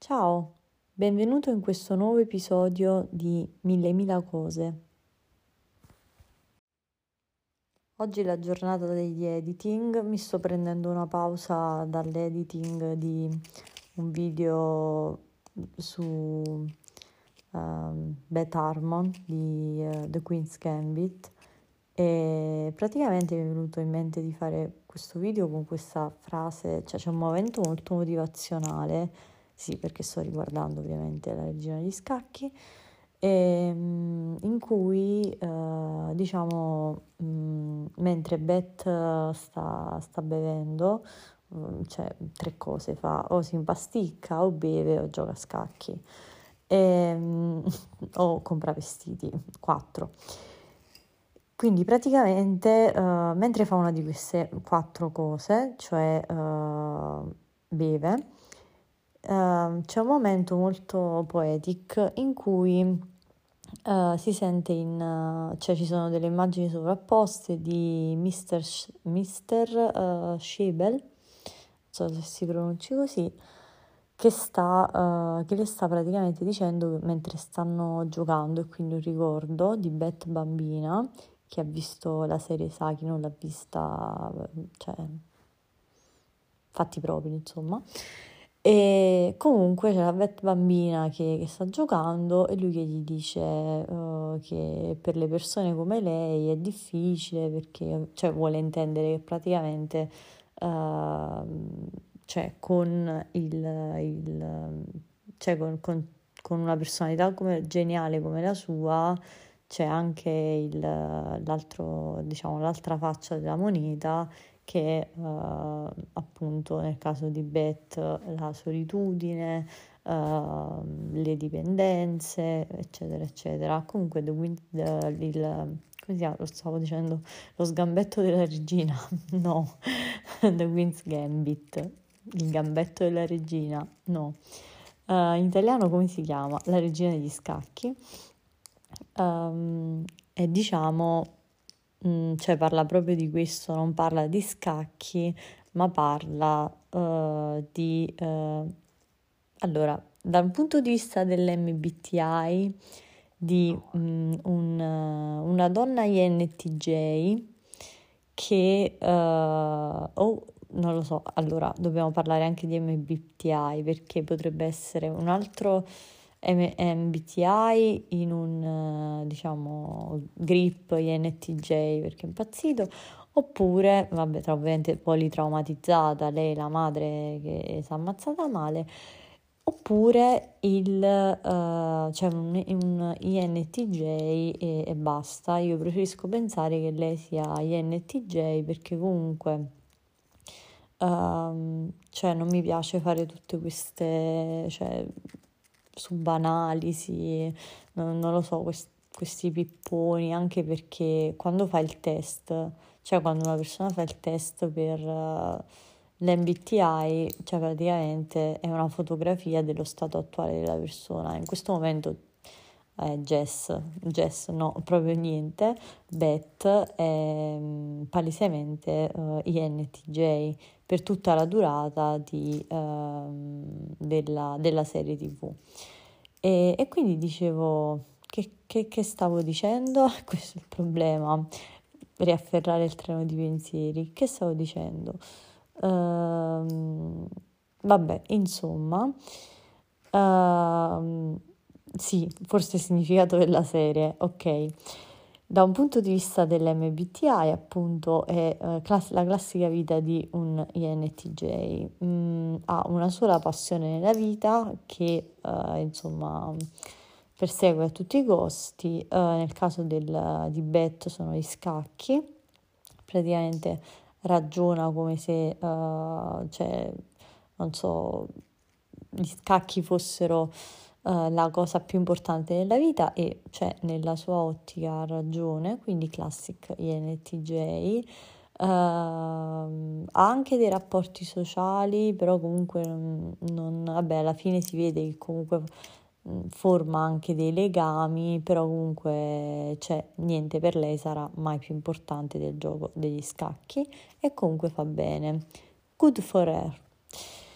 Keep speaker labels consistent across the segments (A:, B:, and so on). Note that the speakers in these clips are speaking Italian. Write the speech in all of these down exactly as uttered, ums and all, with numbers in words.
A: Ciao, benvenuto in questo nuovo episodio di Mille Mila Cose. Oggi è la giornata degli editing, mi sto prendendo una pausa dall'editing di un video su um, Beth Harmon di uh, The Queen's Gambit e praticamente mi è venuto in mente di fare questo video con questa frase, cioè c'è un momento molto motivazionale, sì, perché sto riguardando ovviamente La Regina degli Scacchi, e, mm, in cui eh, diciamo mm, mentre Beth eh, sta, sta bevendo, mm, cioè tre cose fa: o si impasticca, o beve, o gioca a scacchi, e, mm, o compra vestiti, quattro. Quindi praticamente eh, mentre fa una di queste quattro cose, cioè eh, beve, eh, c'è un momento molto poetic in cui eh, si sente in, eh, cioè ci sono delle immagini sovrapposte di mister, Sh- mister eh, Schebel, non so se si pronunci così, che sta, eh, che le sta praticamente dicendo che mentre stanno giocando, e quindi un ricordo di Beth bambina, chi ha visto la serie sa, chi non l'ha vista, cioè fatti propri, insomma. E comunque c'è la Beth bambina che, che sta giocando, e lui che gli dice eh, che per le persone come lei è difficile, perché, cioè, vuole intendere che praticamente eh, cioè con il, il cioè con, con, con una personalità come, geniale come la sua, c'è anche il, l'altro, diciamo, l'altra faccia della moneta, che eh, appunto nel caso di Beth la solitudine, eh, le dipendenze, eccetera, eccetera. Comunque The Wind, the- il, come si chiama? Lo stavo dicendo, lo sgambetto della regina, no, The Queen's Gambit, il gambetto della regina, no. Eh, in italiano come si chiama? La regina degli scacchi. Um, e diciamo, mm, cioè parla proprio di questo, non parla di scacchi, ma parla eh, di... eh, allora, dal punto di vista dell'M B T I, di mm, un, eh, una donna I N T J che... eh, o non lo so, allora dobbiamo parlare anche di M B T I, perché potrebbe essere un altro M- MBTI in un, eh, diciamo, grip I N T J perché è impazzito, oppure, vabbè, tra ovviamente politraumatizzata, lei la madre che si è ammazzata male, oppure il, eh, cioè un, un I N T J e, e basta. Io preferisco pensare che lei sia I N T J perché comunque... Ehm, cioè non mi piace fare tutte queste, cioè, subanalisi, non, non lo so, quest- questi pipponi, anche perché quando fai il test, cioè quando una persona fa il test per uh, l'M B T I, cioè praticamente è una fotografia dello stato attuale della persona. In questo momento eh, Jess, Jess no, proprio niente. Beth è mm, palesemente uh, I N T J per tutta la durata di, ehm, della, della serie T V. E, e quindi dicevo, che, che, che stavo dicendo? Questo è il problema, riafferrare il treno di pensieri. Che stavo dicendo? Ehm, vabbè, insomma, ehm, sì, forse il significato della serie, ok. Da un punto di vista dell'M B T I, appunto, è eh, class- la classica vita di un I N T J. Mm, ha una sola passione nella vita che, eh, insomma, persegue a tutti i costi. Eh, nel caso del, di Beth sono gli scacchi. Praticamente ragiona come se, eh, cioè, non so, gli scacchi fossero eh, la cosa più importante nella vita, e cioè nella sua ottica ha ragione, quindi classic I N T J. Ehm, ha anche dei rapporti sociali, però comunque non, non- vabbè, alla fine si vede che comunque mh, forma anche dei legami, però comunque cioè, niente per lei sarà mai più importante del gioco degli scacchi, e comunque fa bene. Good for her.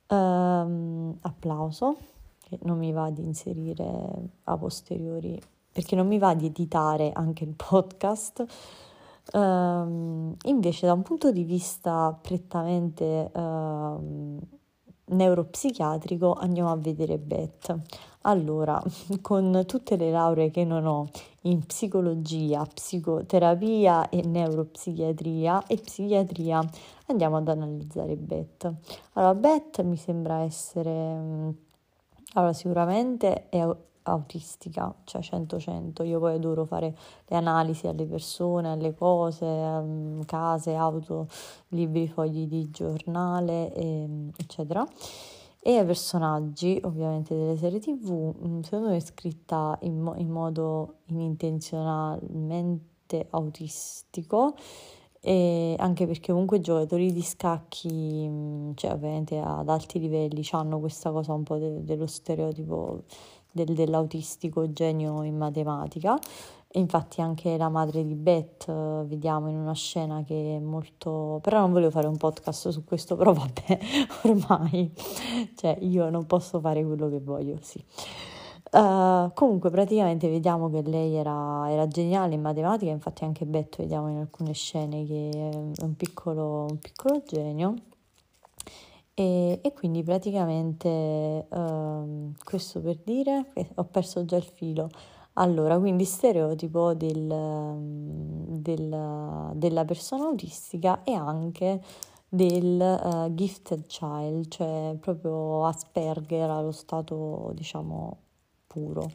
A: Ehm, applauso, che non mi va di inserire a posteriori, perché non mi va di editare anche il podcast. Ehm, invece da un punto di vista prettamente ehm, neuropsichiatrico andiamo a vedere Beth. Allora, con tutte le lauree che non ho in psicologia, psicoterapia e neuropsichiatria e psichiatria, andiamo ad analizzare Beth. Allora, Beth mi sembra essere, mm, allora sicuramente è au- autistica, cioè cento cento. Io poi adoro fare le analisi alle persone, alle cose, mm, case, auto, libri, fogli di giornale, ehm, eccetera. E ai personaggi, ovviamente, delle serie ti vu, mm, secondo me è scritta in, mo- in modo inintenzionalmente autistico, e anche perché comunque i giocatori di scacchi, mh, cioè ovviamente ad alti livelli, hanno questa cosa un po' de- dello stereotipo del- dell'autistico genio in matematica. E infatti anche la madre di Beth, eh, vediamo in una scena che è molto... Però non volevo fare un podcast su questo, però vabbè, ormai, cioè io non posso fare quello che voglio, sì. Uh, comunque praticamente vediamo che lei era, era geniale in matematica, infatti anche Beth vediamo in alcune scene che è un piccolo, un piccolo genio. E, e quindi praticamente ehm, questo per dire che ho perso già il filo. Allora, quindi stereotipo del, ehm, del- della persona autistica e anche del eh, gifted child, cioè proprio Asperger allo stato, diciamo, puro.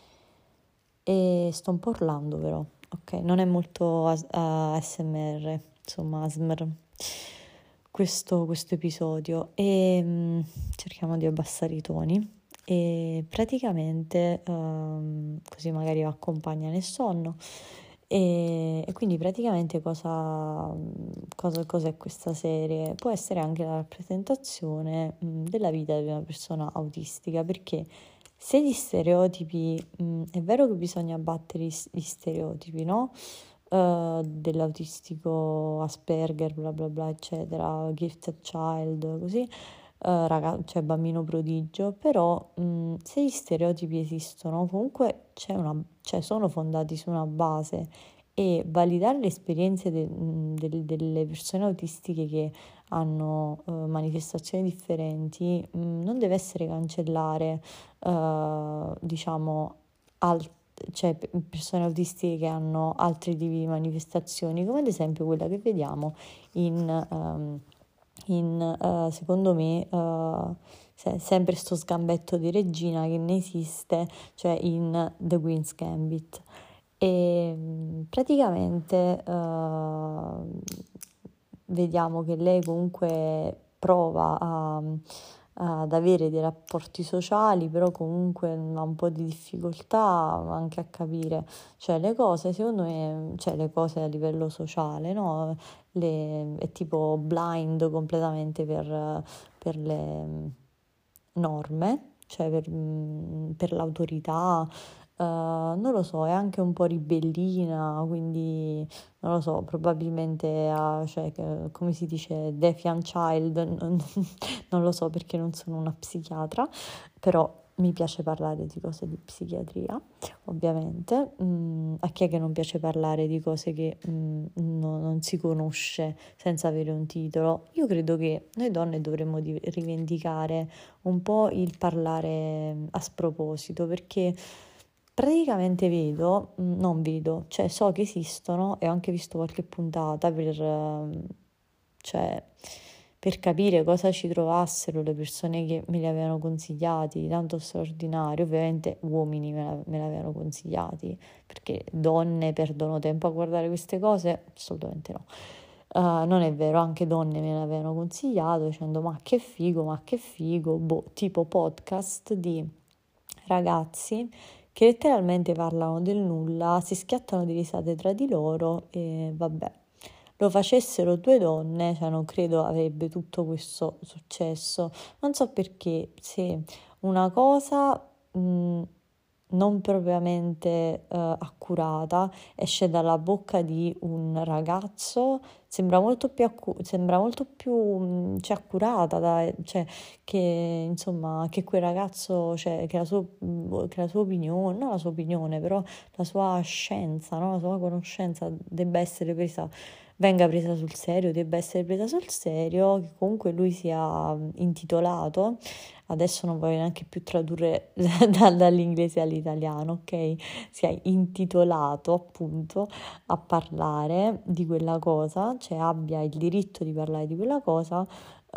A: E sto un po' urlando però, ok, non è molto as- A S M R, insomma, A S M R, questo, questo episodio. E mm, cerchiamo di abbassare i toni. E praticamente, ehm, così magari accompagna nel sonno. E, e quindi praticamente cosa, cosa, cos'è questa serie? Può essere anche la rappresentazione mh, della vita di una persona autistica, perché se gli stereotipi, mh, è vero che bisogna battere gli, gli stereotipi, no? Eh, dell'autistico Asperger, bla bla bla, eccetera, gifted child, così, eh, raga- cioè bambino prodigio, però mh, se gli stereotipi esistono, comunque c'è una, cioè sono fondati su una base, e validare le esperienze de- mh, del- delle persone autistiche che hanno eh, manifestazioni differenti, mh, non deve essere cancellare, eh, diciamo, al- cioè pe- persone autistiche che hanno altri tipi di manifestazioni, come ad esempio quella che vediamo in, ehm, in eh, secondo me, eh, se- sempre sto sgambetto di Regina che ne esiste, cioè in The Queen's Gambit. E mh, praticamente eh, vediamo che lei comunque prova a, ad avere dei rapporti sociali, però comunque ha un po' di difficoltà anche a capire, cioè le cose, secondo me, cioè le cose a livello sociale, no? Le, è tipo blind completamente per, per le mh, norme, cioè per, mh, per l'autorità. Eh, non lo so, è anche un po' ribellina, quindi non lo so, probabilmente ha, cioè, che- come si dice, defiant child, non, non lo so perché non sono una psichiatra, però mi piace parlare di cose di psichiatria, ovviamente. Mm, a chi è che non piace parlare di cose che mm, no- non si conosce senza avere un titolo? Io credo che noi donne dovremmo di- rivendicare un po' il parlare mm, a sproposito, perché praticamente vedo, mm, non vedo, cioè so che esistono e ho anche visto qualche puntata per, ehm, cioè, per capire cosa ci trovassero le persone che me li avevano consigliati, di tanto straordinario, ovviamente uomini me, la- me l'avevano consigliati, perché donne perdono tempo a guardare queste cose? Assolutamente no. Uh, non è vero, anche donne me l'avevano consigliato dicendo ma che figo, ma che figo, boh, tipo podcast di ragazzi che letteralmente parlano del nulla, si schiattano di risate tra di loro e vabbè. Lo facessero due donne, cioè non credo avrebbe tutto questo successo. Non so perché, se una cosa mh, non propriamente uh, accurata, esce dalla bocca di un ragazzo, sembra molto più, accu- sembra molto più mh, cioè, accurata, da, cioè, che insomma che quel ragazzo, cioè, che la sua, che la sua opinione, non la sua opinione, però la sua scienza, no? La sua conoscenza debba essere presa, venga presa sul serio, debba essere presa sul serio, che comunque lui sia intitolato, adesso non voglio neanche più tradurre da- dall'inglese all'italiano, ok? Sia intitolato appunto a parlare di quella cosa, cioè abbia il diritto di parlare di quella cosa,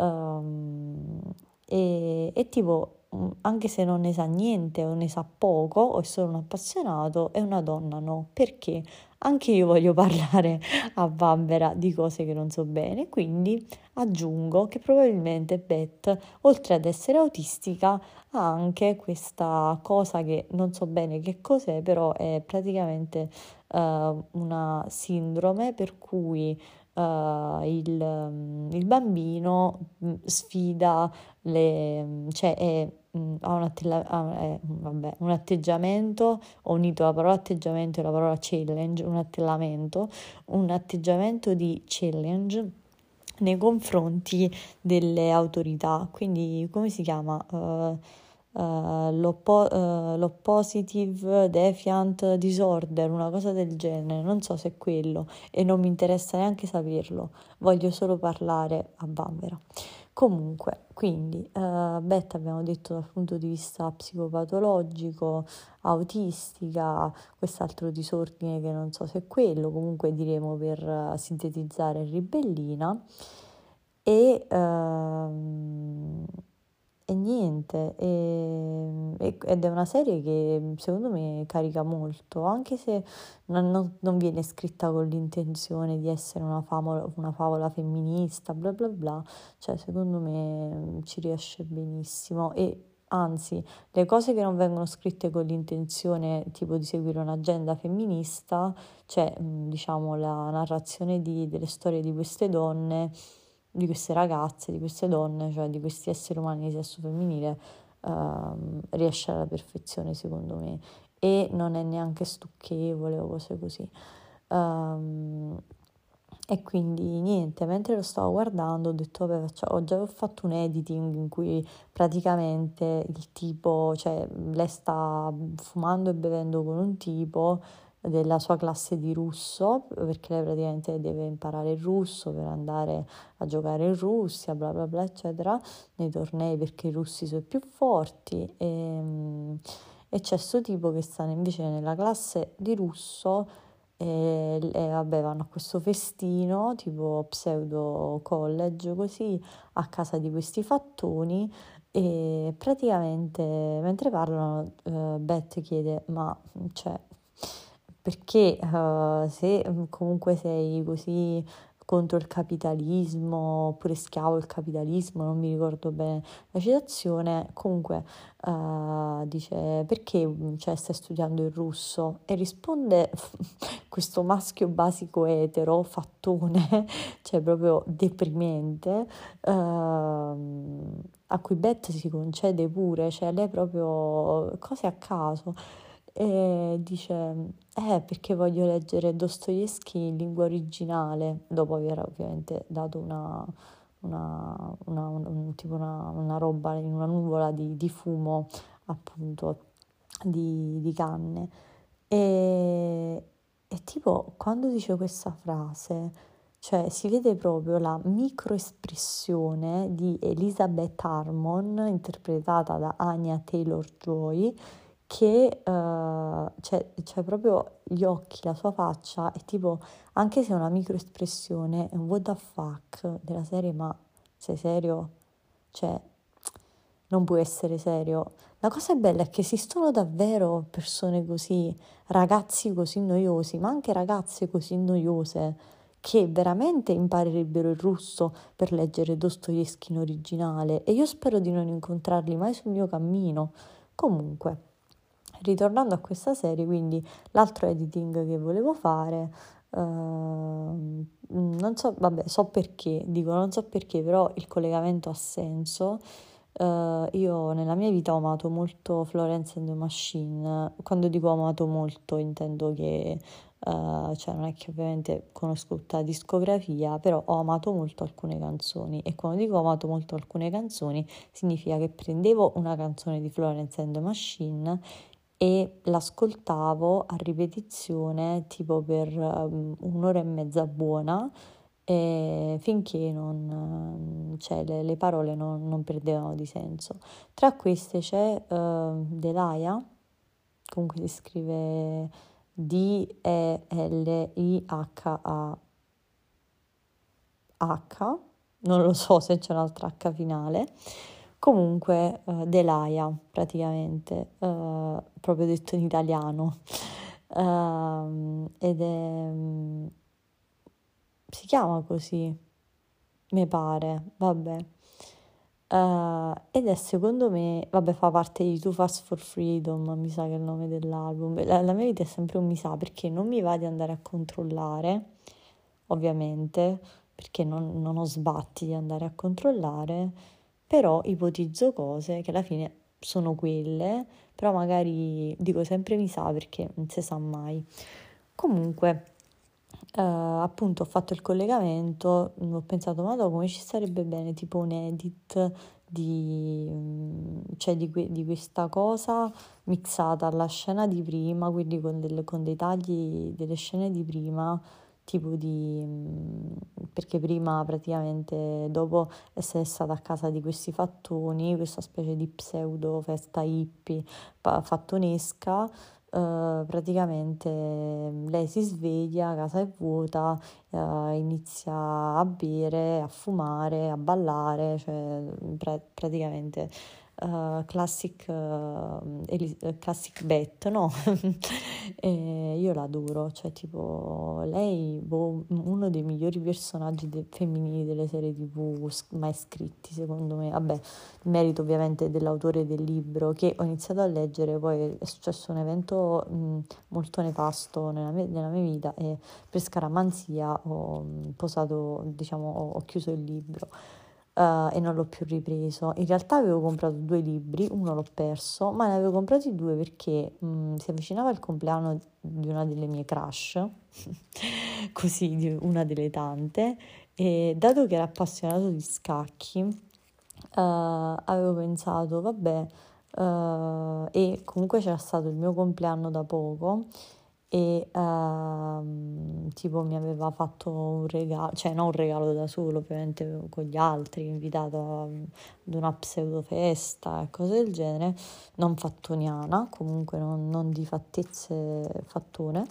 A: ehm, e, e tipo, mh, anche se non ne sa niente o ne sa poco o è solo un appassionato, è una donna, no? Perché? Anche io voglio parlare a vanvera di cose che non so bene, quindi aggiungo che probabilmente Beth, oltre ad essere autistica, ha anche questa cosa che non so bene che cos'è, però è praticamente eh, una sindrome per cui eh, il, mm, il bambino mm, sfida le, mm, cioè è, mm, ha un, attella- ha- è, mm, vabbè, un atteggiamento, ho unito la parola atteggiamento e la parola challenge, un attellamento, un atteggiamento di challenge nei confronti delle autorità. Quindi come si chiama? Uh, uh, l'oppo- uh, l'oppositive defiant disorder, una cosa del genere, non so se è quello e non mi interessa neanche saperlo, voglio solo parlare a vanvera. Comunque, quindi, uh, Beth abbiamo detto dal punto di vista psicopatologico, autistica, quest'altro disordine che non so se è quello, comunque diremo per uh, sintetizzare ribellina e, ehm, e niente, e- e- ed è una serie che secondo me carica molto, anche se non, non- non viene scritta con l'intenzione di essere una favola, una favola femminista, bla bla bla, cioè secondo me ci riesce benissimo e anzi le cose che non vengono scritte con l'intenzione tipo di seguire un'agenda femminista, cioè mh, diciamo la narrazione di- delle storie di queste donne, di queste ragazze, di queste donne, cioè di questi esseri umani di sesso femminile, ehm, riesce alla perfezione secondo me e non è neanche stucchevole o cose così. Ehm, e quindi niente, mentre lo stavo guardando ho detto, vabbè, faccia- ho già fatto un editing in cui praticamente il tipo, cioè lei sta fumando e bevendo con un tipo della sua classe di russo, perché lei praticamente deve imparare il russo per andare a giocare in Russia, bla bla bla, eccetera, nei tornei perché i russi sono più forti. E, e c'è sto tipo che sta invece nella classe di russo e, e vabbè vanno a questo festino tipo pseudo college così a casa di questi fattoni e praticamente mentre parlano eh, Beth chiede ma cioè perché eh, se mm, comunque sei così contro il capitalismo oppure schiavo del capitalismo, non mi ricordo bene la citazione, comunque eh, dice perché mm, cioè, stai studiando il russo e risponde questo maschio basico etero, fattone, cioè proprio deprimente, ehm, a cui Beth si concede pure, cioè lei proprio cose a caso. E dice, eh, perché voglio leggere Dostoevsky in lingua originale, dopo aver ovviamente dato una, una, una, un, un- tipo una, una roba in una nuvola di, di fumo, appunto, di, di canne. E, e tipo, quando dice questa frase, cioè si vede proprio la microespressione di Elizabeth Harmon, interpretata da Anya Taylor-Joy, che eh, c'è, c'è proprio gli occhi, la sua faccia, è tipo, anche se è una microespressione, è un what the fuck della serie, ma sei serio? Cioè, non può essere serio. La cosa bella è che esistono davvero persone così, ragazzi così noiosi, ma anche ragazze così noiose, che veramente imparerebbero il russo per leggere Dostoevsky in originale e io spero di non incontrarli mai sul mio cammino. Comunque, ritornando a questa serie, quindi l'altro editing che volevo fare, ehm, non so, vabbè, so perché, dico non so perché, però il collegamento ha senso, Uh, io nella mia vita ho amato molto Florence and the Machine. Quando dico amato molto intendo che uh, cioè non è che ovviamente conosco tutta la discografia, però ho amato molto alcune canzoni, e quando dico ho amato molto alcune canzoni significa che prendevo una canzone di Florence and the Machine e l'ascoltavo a ripetizione tipo per um, un'ora e mezza buona, e finché non, cioè, le, le parole non, non perdevano di senso. Tra queste c'è uh, Delia, comunque si scrive D E L I H A H, non lo so se c'è un'altra H finale. Comunque, uh, Delia, praticamente, uh, proprio detto in italiano. Uh, ed è... si chiama così, mi pare, vabbè. Uh, ed è secondo me, vabbè, fa parte di Too Fast for Freedom, mi sa che è il nome dell'album. La, la mia vita è sempre un mi sa, perché non mi va di andare a controllare, ovviamente, perché non, non ho sbatti di andare a controllare, però ipotizzo cose che alla fine sono quelle, però magari dico sempre mi sa perché non si sa mai. Comunque, eh, appunto ho fatto il collegamento, ho pensato, ma come ci sarebbe bene tipo un edit di, mm, cioè di, que- di questa cosa mixata alla scena di prima, quindi con, del- con dei tagli delle scene di prima, tipo di... mm, perché prima praticamente dopo essere stata a casa di questi fattoni, questa specie di pseudo festa hippie pa- fattonesca, eh, praticamente lei si sveglia, casa è vuota, eh, inizia a bere, a fumare, a ballare, cioè pra- praticamente eh, classic, eh, Elis- eh, classic Bet, no? E io l'adoro, cioè tipo lei, boh, uno dei migliori personaggi de- femminili delle serie tivù s- mai scritti, secondo me. Vabbè, il merito ovviamente dell'autore del libro che ho iniziato a leggere, poi è successo un evento mh, molto nefasto nella mia, nella mia vita, e per scaramanzia ho mh, posato, diciamo, ho, ho chiuso il libro. eh, e non l'ho più ripreso. In realtà avevo comprato due libri, uno l'ho perso, ma ne avevo comprati due perché mh, si avvicinava il compleanno di una delle mie crush, così, di una delle tante, e dato che era appassionato di scacchi, eh, avevo pensato, vabbè, eh, e comunque c'era stato il mio compleanno da poco, e ehm, tipo mi aveva fatto un regalo, cioè non un regalo da solo, ovviamente con gli altri, invitato a- ad una pseudo festa e cose del genere, non fattoniana, comunque non, non di fattezze fattone.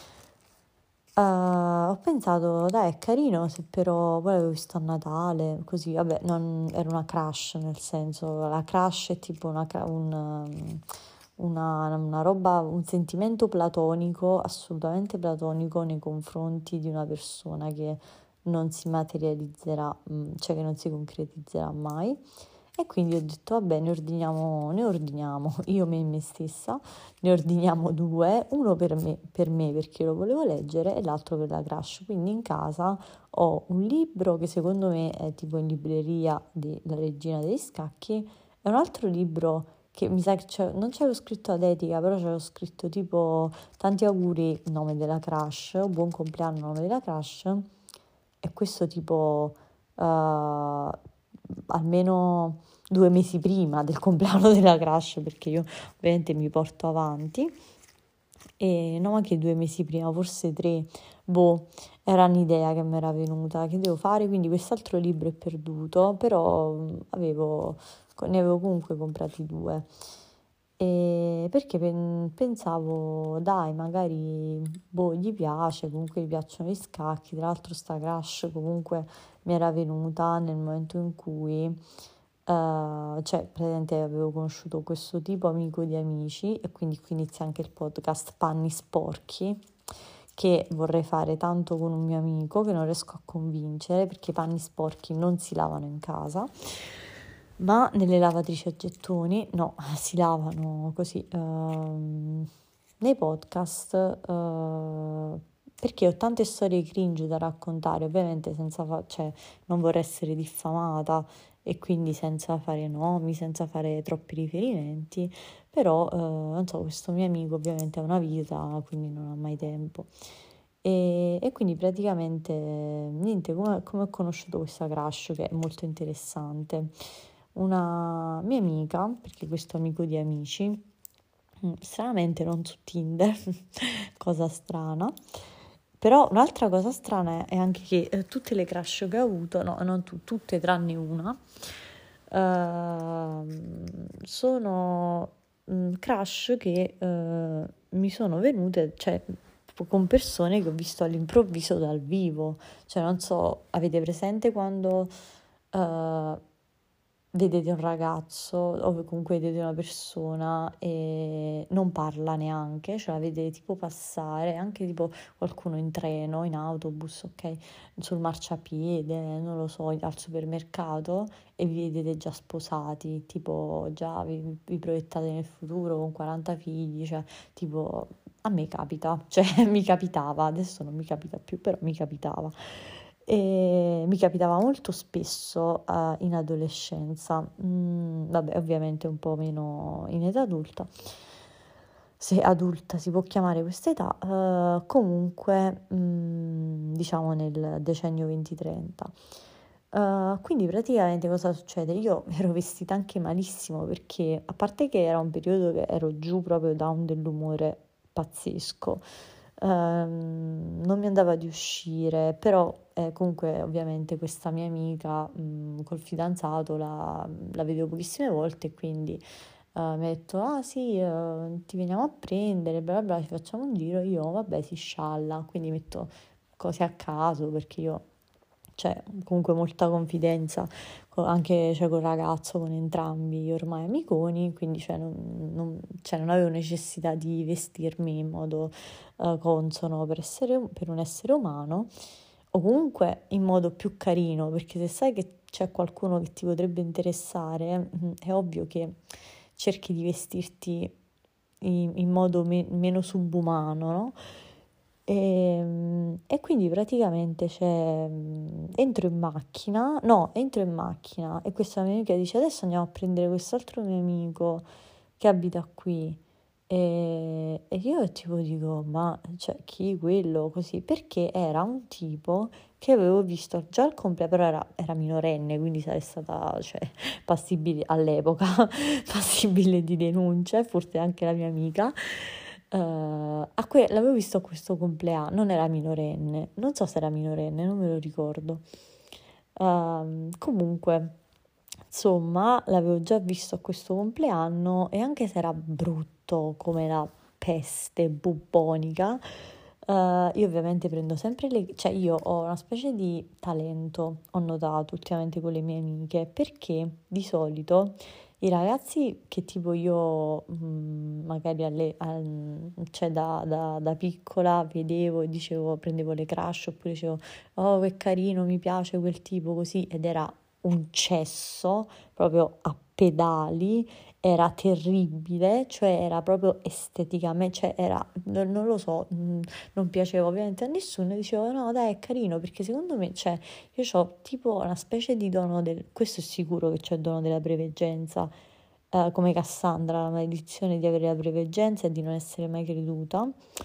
A: Eh, ho pensato, dai, è carino, se però poi l'avevo visto a Natale, così, vabbè, non, era una crush, nel senso, la crush è tipo una, cra- un, um, una, una roba, un sentimento platonico, assolutamente platonico nei confronti di una persona che non si materializzerà, mm, cioè che non si concretizzerà mai. E quindi ho detto, va bene, ordiniamo, ne ordiniamo, io me e me stessa, ne ordiniamo due, uno per me, per me perché lo volevo leggere e l'altro per la crush. Quindi in casa ho un libro che secondo me è tipo in libreria di La Regina degli Scacchi, e un altro libro che mi sa che c'è, non c'avevo scritto ad etica, però c'avevo scritto tipo tanti auguri, nome della crush, buon compleanno, nome della crush, e questo tipo eh, almeno due mesi prima del compleanno della crush, perché io ovviamente mi porto avanti, e non anche due mesi prima, forse tre, boh, era un'idea che mi era venuta, che devo fare, quindi quest'altro libro è perduto, però mh, avevo, ne avevo comunque comprati due. E perché pen- pensavo, dai, magari, boh, gli piace, comunque gli piacciono gli scacchi, tra l'altro sta crush comunque mi era venuta nel momento in cui, eh, cioè, praticamente avevo conosciuto questo tipo amico di amici, e quindi qui inizia anche il podcast Panni Sporchi, che vorrei fare tanto con un mio amico che non riesco a convincere perché i panni sporchi non si lavano in casa, ma nelle lavatrici a gettoni, no, si lavano così, ehm, nei podcast, eh, perché ho tante storie cringe da raccontare, ovviamente senza fa- cioè, non vorrei essere diffamata, e quindi senza fare nomi, senza fare troppi riferimenti, però eh, non so, questo mio amico ovviamente ha una vita, quindi non ha mai tempo. E, e quindi praticamente niente, come, come ho conosciuto questa crush che è molto interessante. Una mia amica, perché questo amico di amici, mm, stranamente non su Tinder, cosa strana. Però un'altra cosa strana è anche che eh, tutte le crush che ho avuto, no, non tu- tutte tranne una, ehm, sono mm, crush che eh, mi sono venute, cioè con persone che ho visto all'improvviso dal vivo. Cioè non so, avete presente quando eh, vedete un ragazzo o comunque vedete una persona e non parla neanche, cioè la vedete tipo passare, anche tipo qualcuno in treno, in autobus, ok, sul marciapiede, non lo so, al supermercato e vi vedete già sposati, tipo già vi, vi proiettate nel futuro con quaranta figli, cioè tipo a me capita, cioè mi capitava, adesso non mi capita più, però mi capitava. E mi capitava molto spesso eh, in adolescenza, mm, vabbè, ovviamente un po' meno in età adulta, se adulta si può chiamare questa età, eh, comunque mm, diciamo nel decennio venti trenta. Uh, quindi praticamente cosa succede? Io ero vestita anche malissimo perché a parte che era un periodo che ero giù proprio down dell'umore pazzesco, ehm, non mi andava di uscire, però eh, comunque ovviamente questa mia amica mh, col fidanzato la, la vedevo pochissime volte e quindi eh, mi ha detto ah sì, eh, ti veniamo a prendere, bla bla bla, ci facciamo un giro, io vabbè si scialla, quindi metto cose a caso perché io cioè comunque molta confidenza co- anche cioè, col ragazzo, con entrambi ormai amiconi, quindi cioè, non, non- cioè, non avevo necessità di vestirmi in modo eh, consono per essere, per un essere umano o comunque in modo più carino, perché se sai che c'è qualcuno che ti potrebbe interessare, mm, è ovvio che cerchi di vestirti in, in modo me- meno subumano, no? E, e quindi praticamente c'è, mm, entro in macchina, no, entro in macchina e questa mia amica dice adesso andiamo a prendere quest'altro mio amico che abita qui. E, e io tipo dico, ma cioè, chi quello così? Perché era un tipo che avevo visto già al compleanno, però era, era minorenne, quindi sarei stata, cioè, passibile all'epoca, passibile di denuncia, e forse anche la mia amica. Eh, a que- l'avevo visto a questo compleanno, non era minorenne, non so se era minorenne, non me lo ricordo. Ehm, comunque, insomma, l'avevo già visto a questo compleanno e anche se era brutto come la peste bubbonica, eh, io ovviamente prendo sempre le... cioè io ho una specie di talento, ho notato ultimamente con le mie amiche, perché di solito i ragazzi che tipo io mh, magari alle, al- cioè da, da- da piccola vedevo e dicevo, prendevo le crush oppure dicevo, oh che carino, mi piace quel tipo così, ed era un cesso proprio a pedali, era terribile, cioè era proprio esteticamente, cioè era, non, non lo so, mh, non piaceva ovviamente a nessuno, e dicevo no dai è carino perché secondo me, cioè io ho tipo una specie di dono del, questo è sicuro che c'è il dono della preveggenza, eh, come Cassandra, la maledizione di avere la preveggenza e di non essere mai creduta,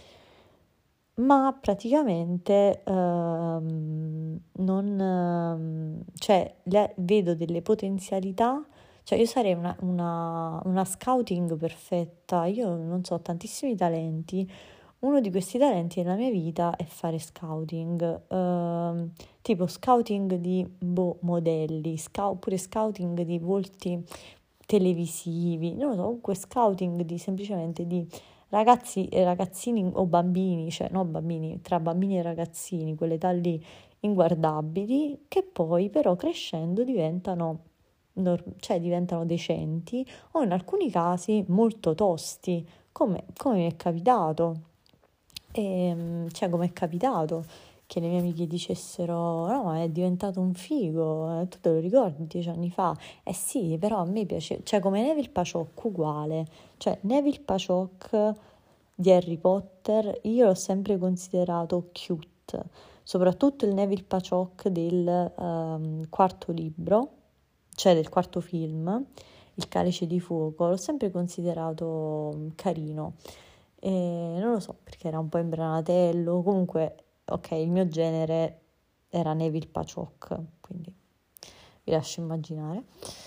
A: ma praticamente ehm, non, ehm, cioè, le- vedo delle potenzialità, cioè io sarei una, una, una scouting perfetta, io non so, ho tantissimi talenti, uno di questi talenti nella mia vita è fare scouting, ehm, tipo scouting di boh, modelli, scou- oppure scouting di volti televisivi, non lo so, comunque scouting di semplicemente di ragazzi e ragazzini o bambini, cioè no bambini, tra bambini e ragazzini, quell'età lì inguardabili, che poi però crescendo diventano, nor- cioè diventano decenti o in alcuni casi molto tosti, come, come mi è capitato. E, cioè, come è capitato che le mie amiche dicessero: No, ma è diventato un figo, eh, tu te lo ricordi dieci anni fa? Eh sì, però a me piace, cioè, come Neville Paciok, uguale. Cioè, Neville Paciok di Harry Potter, io l'ho sempre considerato cute, soprattutto il Neville Paciok del ehm, quarto libro cioè del quarto film, Il calice di fuoco, l'ho sempre considerato carino. E non lo so, perché era un po' imbranatello, comunque, ok, il mio genere era Neville Pachok, quindi vi lascio immaginare.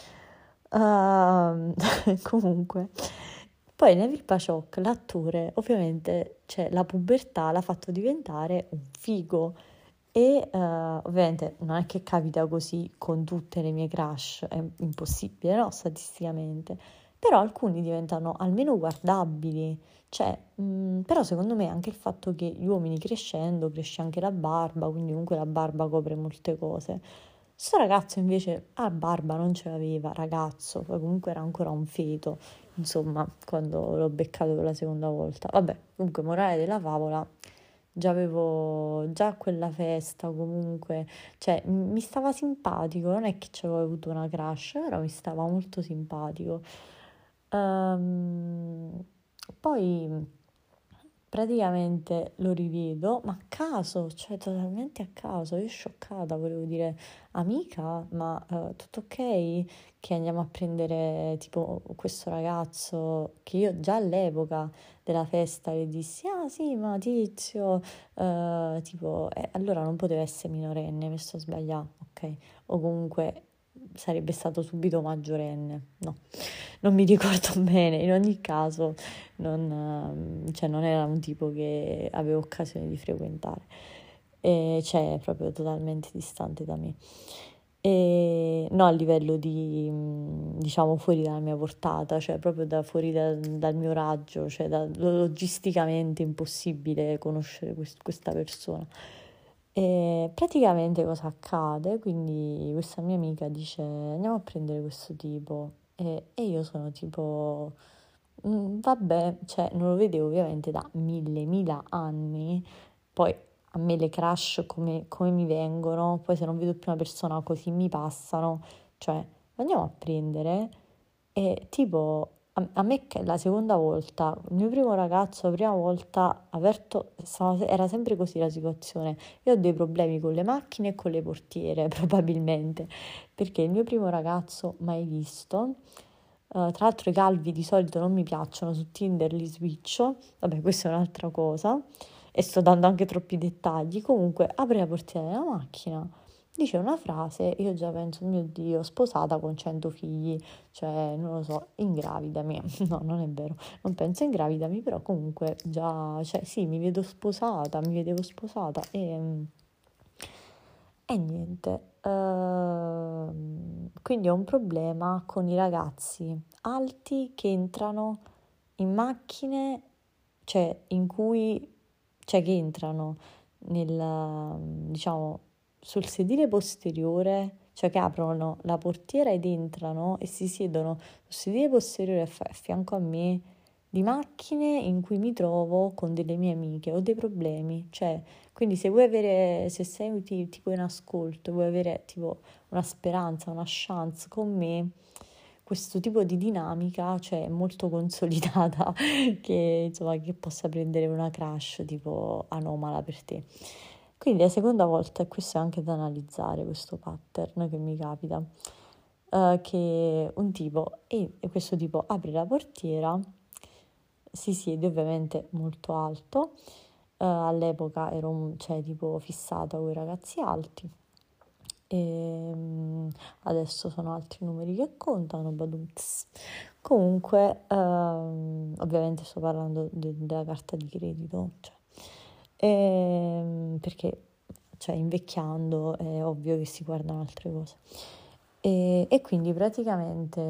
A: Uh, comunque, poi Neville Pachok, l'attore, ovviamente, cioè, la pubertà l'ha fatto diventare un figo. E uh, ovviamente non è che capita così con tutte le mie crush, è impossibile, no? Statisticamente. Però alcuni diventano almeno guardabili. Cioè, mh, però secondo me anche il fatto che gli uomini crescendo, cresce anche la barba, quindi comunque la barba copre molte cose. Sto ragazzo invece a barba non ce l'aveva, ragazzo, poi comunque era ancora un feto, insomma, quando l'ho beccato per la seconda volta. Vabbè, comunque, morale della favola, già avevo, già a quella festa comunque, cioè m- mi stava simpatico, non è che ci avevo avuto una crush, però mi stava molto simpatico. Ehm, Poi praticamente lo rivedo, ma a caso, cioè totalmente a caso, io scioccata, volevo dire, amica, ma eh, tutto ok che andiamo a prendere tipo questo ragazzo che io già all'epoca della festa le dissi, ah sì, ma Tizio, eh, tipo, eh, allora non poteva essere minorenne, mi sto sbagliando, ok? O comunque sarebbe stato subito maggiorenne, no, non mi ricordo bene, in ogni caso non, ehm, cioè non era un tipo che avevo occasione di frequentare, e cioè proprio totalmente distante da me. E no, a livello di, mh, diciamo, fuori dalla mia portata, cioè proprio da fuori da- dal mio raggio, cioè da, logisticamente impossibile conoscere quest- questa persona. E praticamente cosa accade? Quindi questa mia amica dice andiamo a prendere questo tipo e, e io sono tipo "Mm, vabbè, cioè non lo vedevo ovviamente da mille, mila anni, poi a me le crush come, come mi vengono, poi se non vedo più una persona così mi passano, cioè lo andiamo a prendere e tipo a, a me che la seconda volta, il mio primo ragazzo, la prima volta aperto, stava- era sempre così la situazione, io ho dei problemi con le macchine e con le portiere probabilmente, perché il mio primo ragazzo mai visto. Uh, tra l'altro i calvi di solito non mi piacciono, su Tinder li switcho, vabbè questa è un'altra cosa e sto dando anche troppi dettagli, comunque apre la portiera della macchina, dice una frase, io già penso, mio Dio, sposata con cento figli, cioè non lo so, ingravidami, no non è vero, non penso ingravidami, però comunque già, cioè sì, mi vedo sposata, mi vedevo sposata e... E niente, ehm, quindi ho un problema con i ragazzi alti che entrano in macchine, cioè in cui, cioè che entrano nel, diciamo, sul sedile posteriore, cioè che aprono la portiera ed entrano e si siedono sul sedile posteriore a, fa- a fianco a me di macchine in cui mi trovo con delle mie amiche, ho dei problemi, cioè quindi se vuoi avere, se sei ti- tipo in ascolto, vuoi avere tipo una speranza, una chance con me, questo tipo di dinamica, cioè è molto consolidata, che insomma che possa prendere una crush tipo anomala per te. Quindi la seconda volta, e questo è anche da analizzare, questo pattern che mi capita, eh, che un tipo, e, e questo tipo apre la portiera, si siede ovviamente molto alto, eh, all'epoca ero un- cioè, tipo fissata con i ragazzi alti e mm, adesso sono altri numeri che contano, badumts. Comunque, ehm, ovviamente sto parlando de- della carta di credito, cioè, ehm, perché cioè, invecchiando è ovvio che si guardano altre cose. E, e quindi praticamente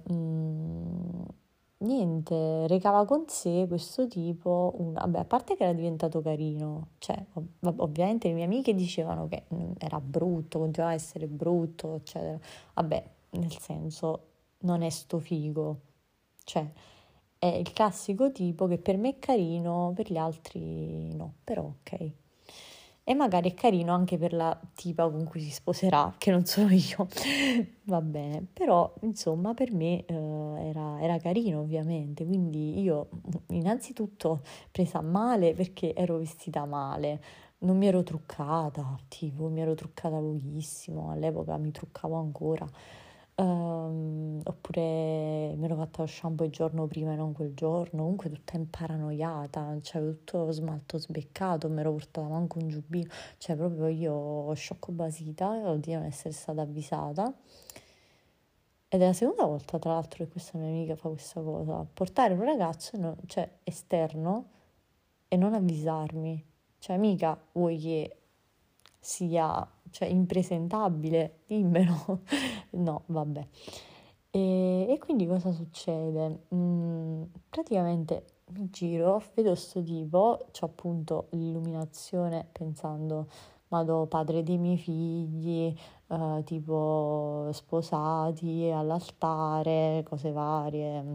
A: mm, niente, recava con sé questo tipo, un- vabbè, a parte che era diventato carino, cioè ov- vabb- ovviamente le mie amiche dicevano che mm, era brutto, continuava a essere brutto, eccetera. Vabbè, nel senso, non è sto figo, cioè è il classico tipo che per me è carino, per gli altri no, però ok. E magari è carino anche per la tipa con cui si sposerà, che non sono io, va bene, però insomma per me eh, era, era carino ovviamente, quindi io innanzitutto presa male perché ero vestita male, non mi ero truccata, tipo mi ero truccata pochissimo, all'epoca mi truccavo ancora, Ehm, oppure mi ero fatta lo shampoo il giorno prima e non quel giorno, comunque tutta imparanoiata, cioè tutto smalto sbeccato, mi ero portata manco un giubbino, cioè proprio io sciocco basita di non essere stata avvisata. Ed è la seconda volta, tra l'altro, che questa mia amica fa questa cosa, portare un ragazzo, no- cioè esterno, e non avvisarmi. Cioè, mica vuoi che sia, cioè, impresentabile, dimmelo. No, vabbè. E, e quindi cosa succede? Mm, praticamente mi giro, vedo sto tipo, c'ho appunto l'illuminazione pensando, Madò, padre dei miei figli, eh, tipo sposati all'altare, cose varie.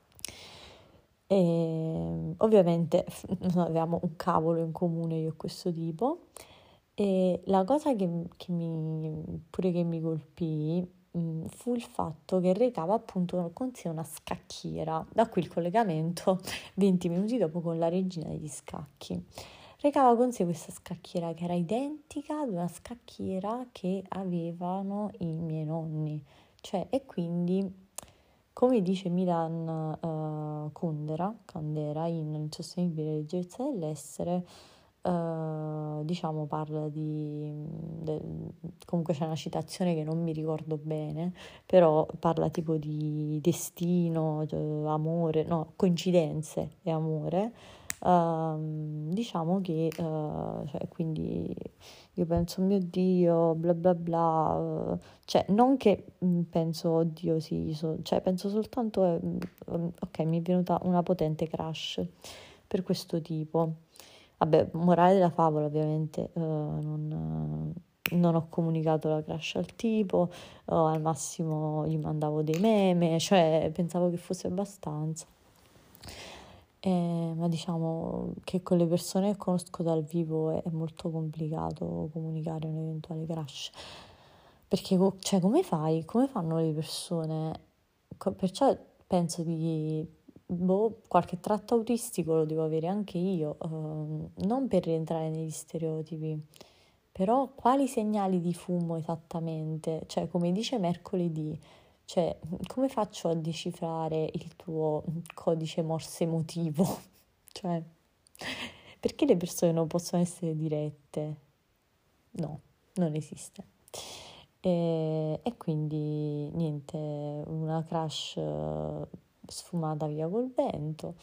A: E ovviamente non avevamo un cavolo in comune io e questo tipo. E la cosa che, che mi, pure che mi colpì mh, fu il fatto che recava appunto con sé una scacchiera, da qui il collegamento venti minuti dopo con la regina degli scacchi. Recava con sé questa scacchiera che era identica ad una scacchiera che avevano i miei nonni. Cioè, e quindi, come dice Milan eh, Kundera, Kundera in Insostenibile leggerezza dell'essere, eh, diciamo parla di, del- comunque c'è una citazione che non mi ricordo bene, però parla tipo di destino, cioè, amore, no, coincidenze e amore. Ehm, diciamo che, eh, cioè, quindi io penso, mio Dio, bla bla bla, eh, cioè, non che mh, penso, oddio, sì, so- cioè, penso soltanto, eh, mh, ok, mi è venuta una potente crush per questo tipo. Vabbè, morale della favola, ovviamente, eh, non, non ho comunicato la crush al tipo, o al massimo gli mandavo dei meme, cioè, pensavo che fosse abbastanza. Eh, ma diciamo che con le persone che conosco dal vivo è, è molto complicato comunicare un eventuale crush. Perché, co- cioè, come fai? Come fanno le persone? Co- perciò penso di, boh, qualche tratto autistico lo devo avere anche io, ehm, non per rientrare negli stereotipi, però quali segnali di fumo esattamente? Cioè, come dice mercoledì, cioè, come faccio a decifrare il tuo codice Morse emotivo? Cioè, perché le persone non possono essere dirette? No, non esiste. E, e quindi niente, una crush eh, sfumata via col vento,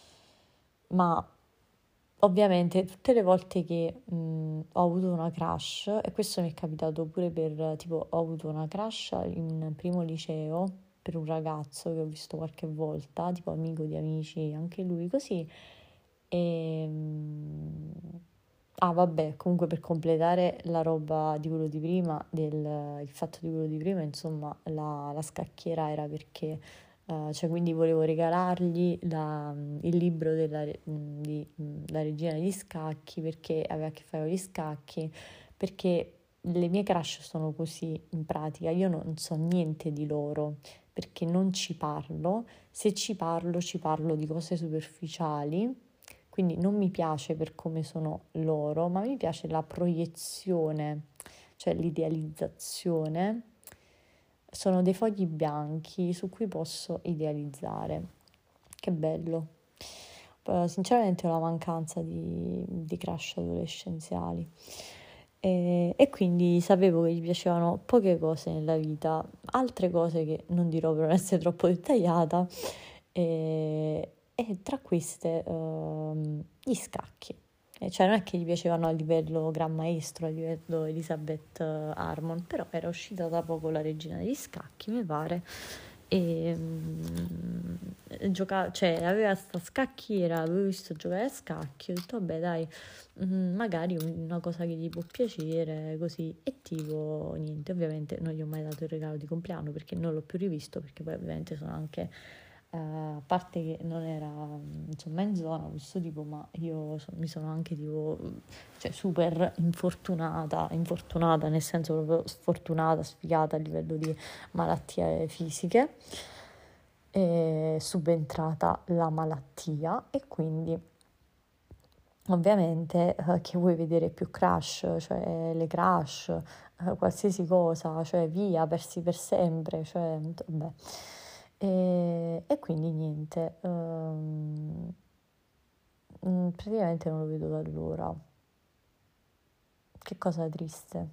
A: ma ovviamente tutte le volte che mh, ho avuto una crush, e questo mi è capitato pure per, tipo, ho avuto una crush in primo liceo per un ragazzo che ho visto qualche volta, tipo amico di amici, anche lui così, e... mh, ah, vabbè, comunque per completare la roba di quello di prima, del, il fatto di quello di prima, insomma, la, la scacchiera era perché, eh, cioè quindi volevo regalargli la- il libro della, re- mh, di mh, La regina degli scacchi perché aveva a che fare con gli scacchi, perché le mie crush sono così in pratica, io non so niente di loro perché non ci parlo, se ci parlo ci parlo di cose superficiali, quindi non mi piace per come sono loro, ma mi piace la proiezione, cioè l'idealizzazione. Sono dei fogli bianchi su cui posso idealizzare. Che bello. Poi, sinceramente ho la mancanza di, di crush adolescenziali. E, e quindi sapevo che gli piacevano poche cose nella vita, altre cose che non dirò per non essere troppo dettagliata, e, e tra queste ehm, gli scacchi. E cioè non è che gli piacevano a livello Gran Maestro, a livello Elizabeth eh, Harmon, però era uscita da poco La regina degli scacchi, mi pare, e mm, gioca- cioè, aveva sta scacchiera, avevo visto giocare a scacchi, ho detto vabbè dai, mm, magari una cosa che gli può piacere, così, e tipo niente, ovviamente non gli ho mai dato il regalo di compleanno perché non l'ho più rivisto, perché poi ovviamente sono anche eh, a parte che non era insomma in zona questo tipo, ma io so- mi sono anche tipo, cioè super infortunata, infortunata nel senso proprio sfortunata, sfigata a livello di malattie fisiche, è subentrata la malattia e quindi ovviamente eh, che vuoi vedere più crush, cioè le crush, eh, qualsiasi cosa, cioè via, persi per sempre, cioè vabbè. E, e quindi niente, ehm, mm, praticamente non lo vedo da allora. Che cosa triste.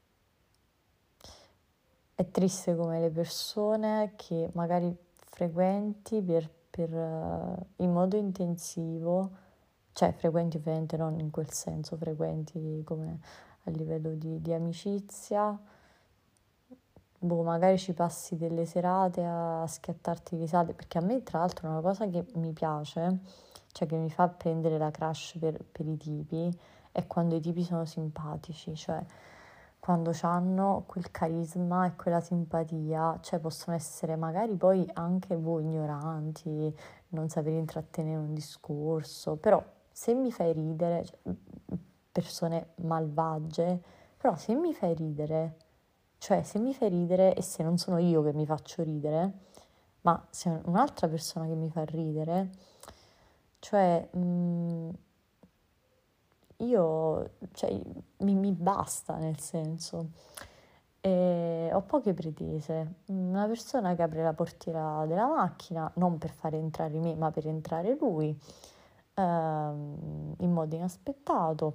A: È triste come le persone che magari frequenti per, per, eh, in modo intensivo, cioè frequenti ovviamente non in quel senso, frequenti come a livello di, di amicizia, boh, magari ci passi delle serate a schiattarti risate, perché a me tra l'altro una cosa che mi piace, cioè che mi fa prendere la crush per, per i tipi, è quando i tipi sono simpatici, cioè quando hanno quel carisma e quella simpatia, cioè possono essere magari poi anche voi ignoranti, non sapere intrattenere un discorso, però se mi fai ridere, cioè, persone malvagie, però se mi fai ridere, cioè se mi fai ridere e se non sono io che mi faccio ridere, ma se è un'altra persona che mi fa ridere, cioè mh, io, cioè, mi, mi basta nel senso. E ho poche pretese. Una persona che apre la portiera della macchina, non per fare entrare me, ma per entrare lui, ehm, in modo inaspettato.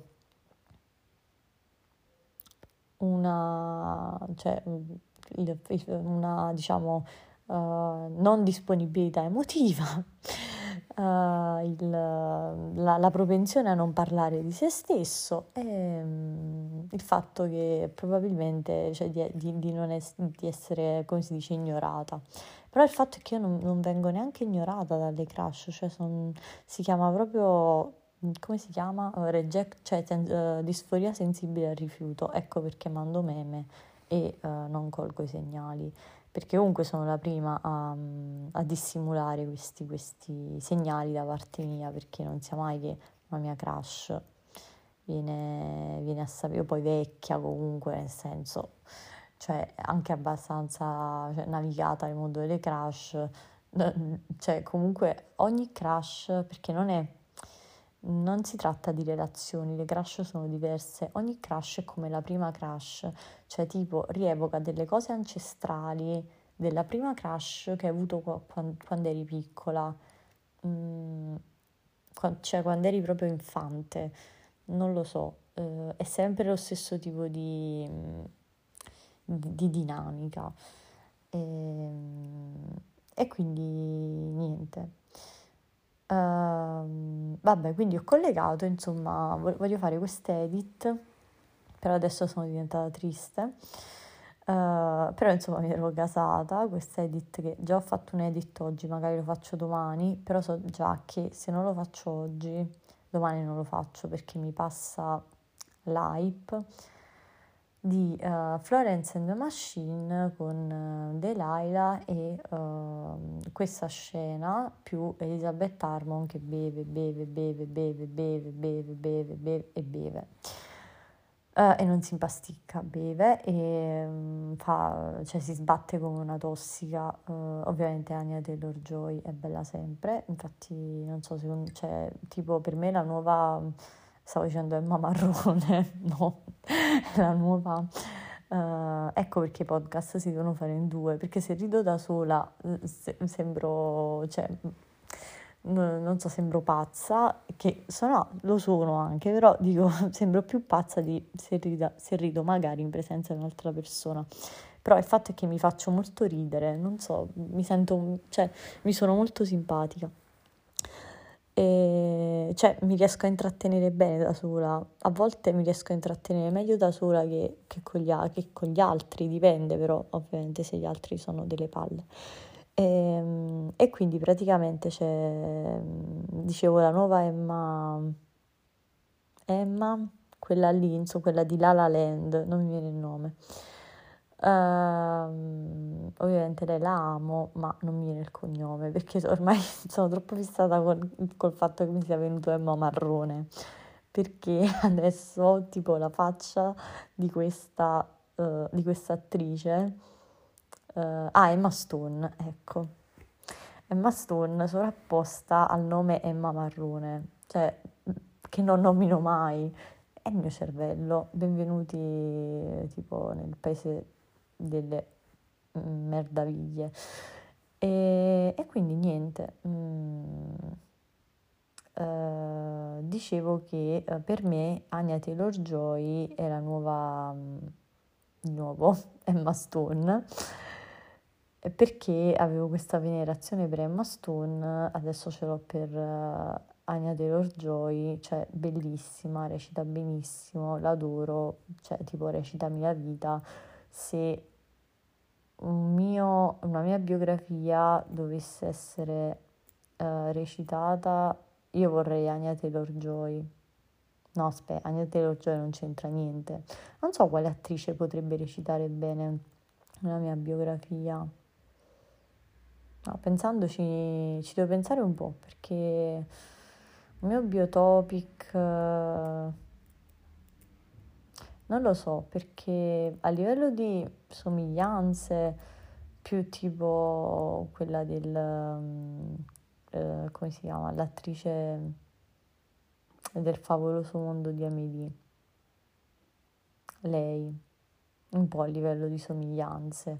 A: Una, cioè, il- il- una, diciamo, eh, non disponibilità emotiva, eh, il- la, la propensione a non parlare di se stesso e mm, il fatto che probabilmente, cioè, di, di- di non es- di essere, come si dice, ignorata. Però il fatto è che io non, non vengo neanche ignorata dalle crush, cioè son- si chiama proprio, come si chiama? Uh, reject, cioè sen- uh, disforia sensibile al rifiuto. Ecco perché mando meme e uh, non colgo i segnali, perché comunque sono la prima a, a dissimulare questi, questi segnali da parte mia, perché non sia mai che una mia crush viene, viene a sapere, io poi vecchia comunque, nel senso, cioè anche abbastanza, cioè, navigata nel mondo delle crush, cioè comunque ogni crush, perché non è, non si tratta di relazioni, le crush sono diverse, ogni crush è come la prima crush, cioè tipo rievoca delle cose ancestrali della prima crush che hai avuto quando, quando eri piccola, mm, qua- cioè quando eri proprio infante, non lo so, eh, è sempre lo stesso tipo di, mm, di, di dinamica. E, e quindi niente. Ehm, vabbè, quindi ho collegato, insomma, vo- voglio fare quest'edit, però adesso sono diventata triste. Eh, però insomma mi ero gasata, quest'edit che già ho fatto un edit oggi, magari lo faccio domani, però so già che se non lo faccio oggi, domani non lo faccio perché mi passa l'hype di uh, Florence and the Machine con uh, Delilah e uh, questa scena più Elizabeth Harmon che beve, beve, beve, beve, beve, beve, beve, beve e beve. Uh, e non si impasticca, beve e um, fa, cioè, si sbatte come una tossica. Uh, ovviamente Anya Taylor-Joy è bella sempre, infatti non so, secondo, cioè, tipo per me la nuova, stavo dicendo Emma Marrone, no, la nuova. Uh, ecco perché i podcast si devono fare in due, perché se rido da sola eh, se- sembro, cioè, n- non so, sembro pazza, che sono, lo sono anche, però dico, sembro più pazza di se, rida- se rido magari in presenza di un'altra persona. Però il fatto è che mi faccio molto ridere, non so, mi sento, cioè, mi sono molto simpatica. E, cioè, mi riesco a intrattenere bene da sola. A volte mi riesco a intrattenere meglio da sola che, che con gli, a- che con gli altri, dipende però, ovviamente, se gli altri sono delle palle. E, e quindi praticamente c'è, dicevo, la nuova Emma, Emma, quella lì, insomma, quella di La La Land, non mi viene il nome. Ehm, ovviamente lei la amo, ma non mi viene il cognome perché ormai sono troppo fissata col, col fatto che mi sia venuto Emma Marrone. Perché adesso ho tipo la faccia di questa, eh, di questa attrice, eh, ah, Emma Stone, ecco. Emma Stone sovrapposta al nome Emma Marrone, cioè che non nomino mai, è il mio cervello. Benvenuti eh, tipo nel paese delle mm, merdaviglie. E, e quindi niente, mm, eh, dicevo che eh, per me Anya Taylor-Joy è la nuova, mm, di nuovo, Emma Stone, e perché avevo questa venerazione per Emma Stone, adesso ce l'ho per eh, Anya Taylor-Joy, cioè bellissima, recita benissimo, l'adoro, cioè tipo recitami la vita. Se un mio, una mia biografia dovesse essere eh, recitata, io vorrei Anya Taylor-Joy. No, aspetta, Anya Taylor-Joy non c'entra niente. Non so quale attrice potrebbe recitare bene nella mia biografia. No, pensandoci, ci devo pensare un po', perché il mio biotopic, eh, non lo so, perché a livello di somiglianze, più tipo quella del, mm, eh, come si chiama, l'attrice del favoloso mondo di Amélie, lei, un po' a livello di somiglianze,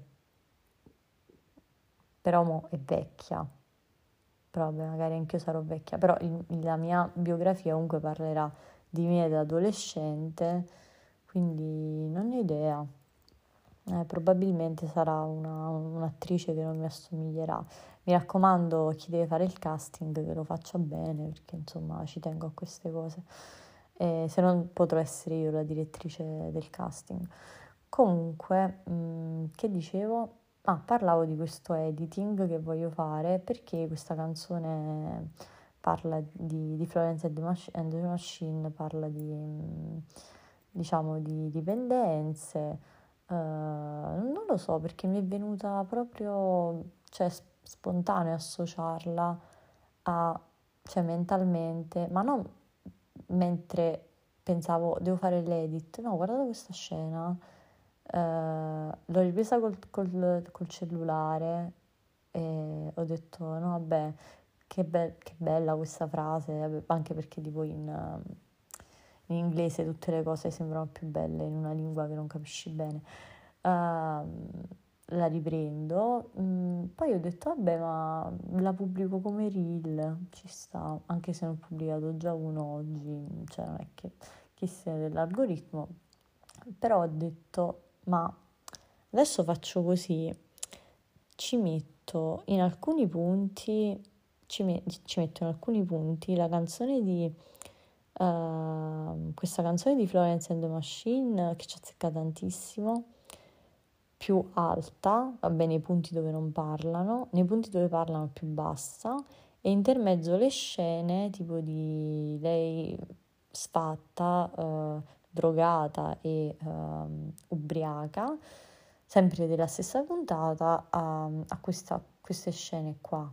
A: però mo è vecchia, però vabbè, magari anch'io sarò vecchia, però il- la mia biografia comunque parlerà di me da adolescente, quindi non ho idea. Eh, probabilmente sarà una- un'attrice che non mi assomiglierà. Mi raccomando, chi deve fare il casting che lo faccia bene, perché insomma ci tengo a queste cose. Eh, se non potrò essere io la direttrice del casting. Comunque, mh, che dicevo? Ah, parlavo di questo editing che voglio fare perché questa canzone parla di, di Florence and the Mach- and the Machine, parla di, mh, diciamo, di dipendenze. Eh, non lo so perché mi è venuta proprio, cioè, s- spontaneo associarla a, cioè, mentalmente, ma non mentre pensavo devo fare l'edit, no, guardate questa scena, eh, l'ho ripresa col, col- col cellulare e ho detto, no, vabbè, che, be- che bella questa frase, vabbè, anche perché tipo in, eh, in inglese tutte le cose sembrano più belle in una lingua che non capisci bene. Ehm, la riprendo, mm, poi ho detto, vabbè, ma la pubblico come reel, ci sta, anche se ne ho pubblicato già uno oggi, cioè non è che chissà dell'algoritmo, però ho detto, ma adesso faccio così, ci metto in alcuni punti, ci, me- ci metto in alcuni punti la canzone di, ehm, questa canzone di Florence and the Machine che ci azzecca tantissimo, più alta, va bene, nei punti dove non parlano, nei punti dove parlano più bassa, e intermezzo le scene tipo di lei sfatta, eh, drogata e ehm, ubriaca, sempre della stessa puntata, a, a questa- queste scene qua.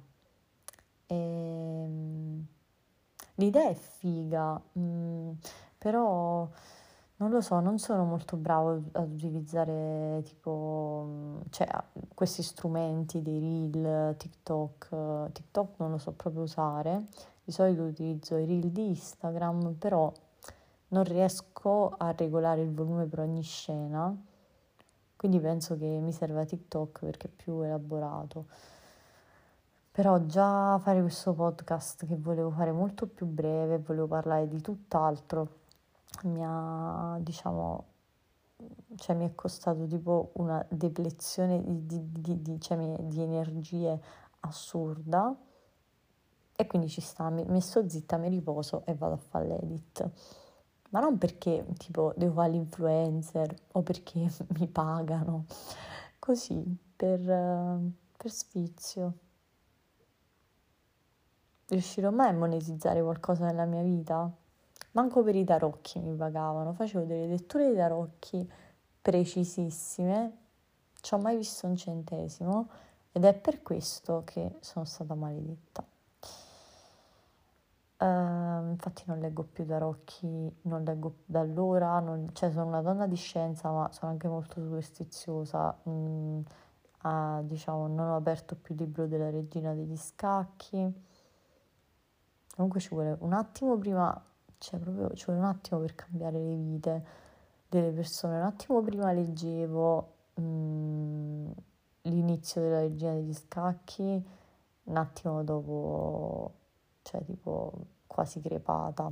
A: Ehm, L'idea è figa, mm, però non lo so, non sono molto bravo ad utilizzare tipo, mm, cioè, a- questi strumenti dei reel, TikTok. eh, TikTok non lo so proprio usare. Di solito utilizzo i reel di Instagram, però non riesco a regolare il volume per ogni scena, quindi penso che mi serva TikTok perché è più elaborato. Però già fare questo podcast che volevo fare molto più breve, volevo parlare di tutt'altro, mi ha, diciamo, cioè mi è costato tipo una deplezione di, di- di- di- cioè, mi- di energie assurda, e quindi ci sta, mi mi sto zitta, mi riposo e vado a fare l'edit. Ma non perché tipo devo fare l'influencer o perché mi pagano, così, per, eh, per sfizio. Riuscirò mai a monetizzare qualcosa nella mia vita? Manco per i tarocchi mi pagavano, facevo delle letture di tarocchi precisissime, ci ho mai visto un centesimo, ed è per questo che sono stata maledetta. Ehm, infatti non leggo più tarocchi, non leggo da allora, non- cioè sono una donna di scienza, ma sono anche molto superstiziosa. Mm, ah, diciamo, non ho aperto più il libro della Regina degli Scacchi. Comunque ci vuole un attimo prima, cioè proprio ci vuole un attimo per cambiare le vite delle persone. Un attimo prima leggevo mh, l'inizio della Regina degli Scacchi, un attimo dopo, cioè tipo quasi crepata.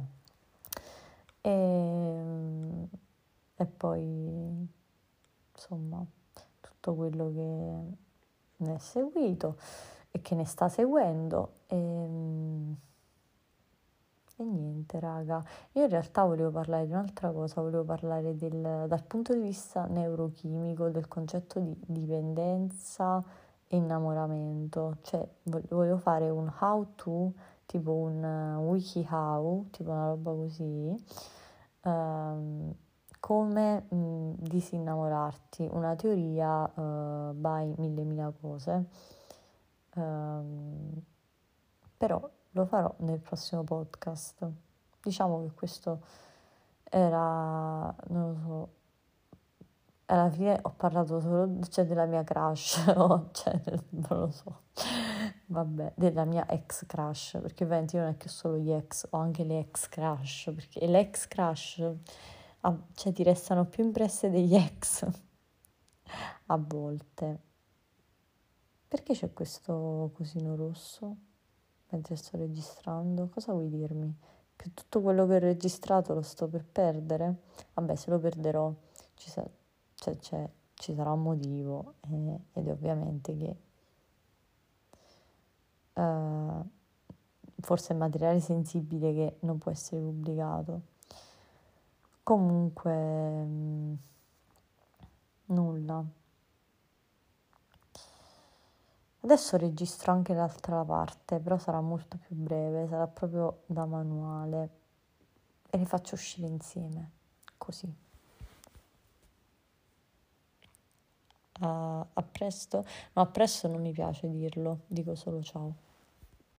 A: E, e poi, insomma, tutto quello che ne è seguito e che ne sta seguendo. E, e niente, raga. Io in realtà volevo parlare di un'altra cosa, volevo parlare del, dal punto di vista neurochimico del concetto di dipendenza e innamoramento. Cioè, volevo fare un how to, tipo un uh, wiki how, tipo una roba così, ehm, come mh, disinnamorarti, una teoria uh, by mille mila cose. Ehm, però lo farò nel prossimo podcast. Diciamo che questo era, non lo so, alla fine ho parlato solo, cioè, della mia crush, o, cioè, non lo so, vabbè, della mia ex crush, perché ovviamente io non è che ho solo gli ex, ho anche le ex crush, perché le ex crush, ah, cioè, ti restano più impresse degli ex, a volte. Perché c'è questo cosino rosso mentre sto registrando? Cosa vuoi dirmi? Che tutto quello che ho registrato lo sto per perdere? Vabbè, se lo perderò ci, sa- cioè, c'è- ci sarà un motivo eh, ed è ovviamente che eh, forse è materiale sensibile che non può essere pubblicato. Comunque, mh, nulla. Adesso registro anche l'altra parte, però sarà molto più breve, sarà proprio da manuale e le faccio uscire insieme, così. A, a presto, no, a presto non mi piace dirlo, dico solo ciao.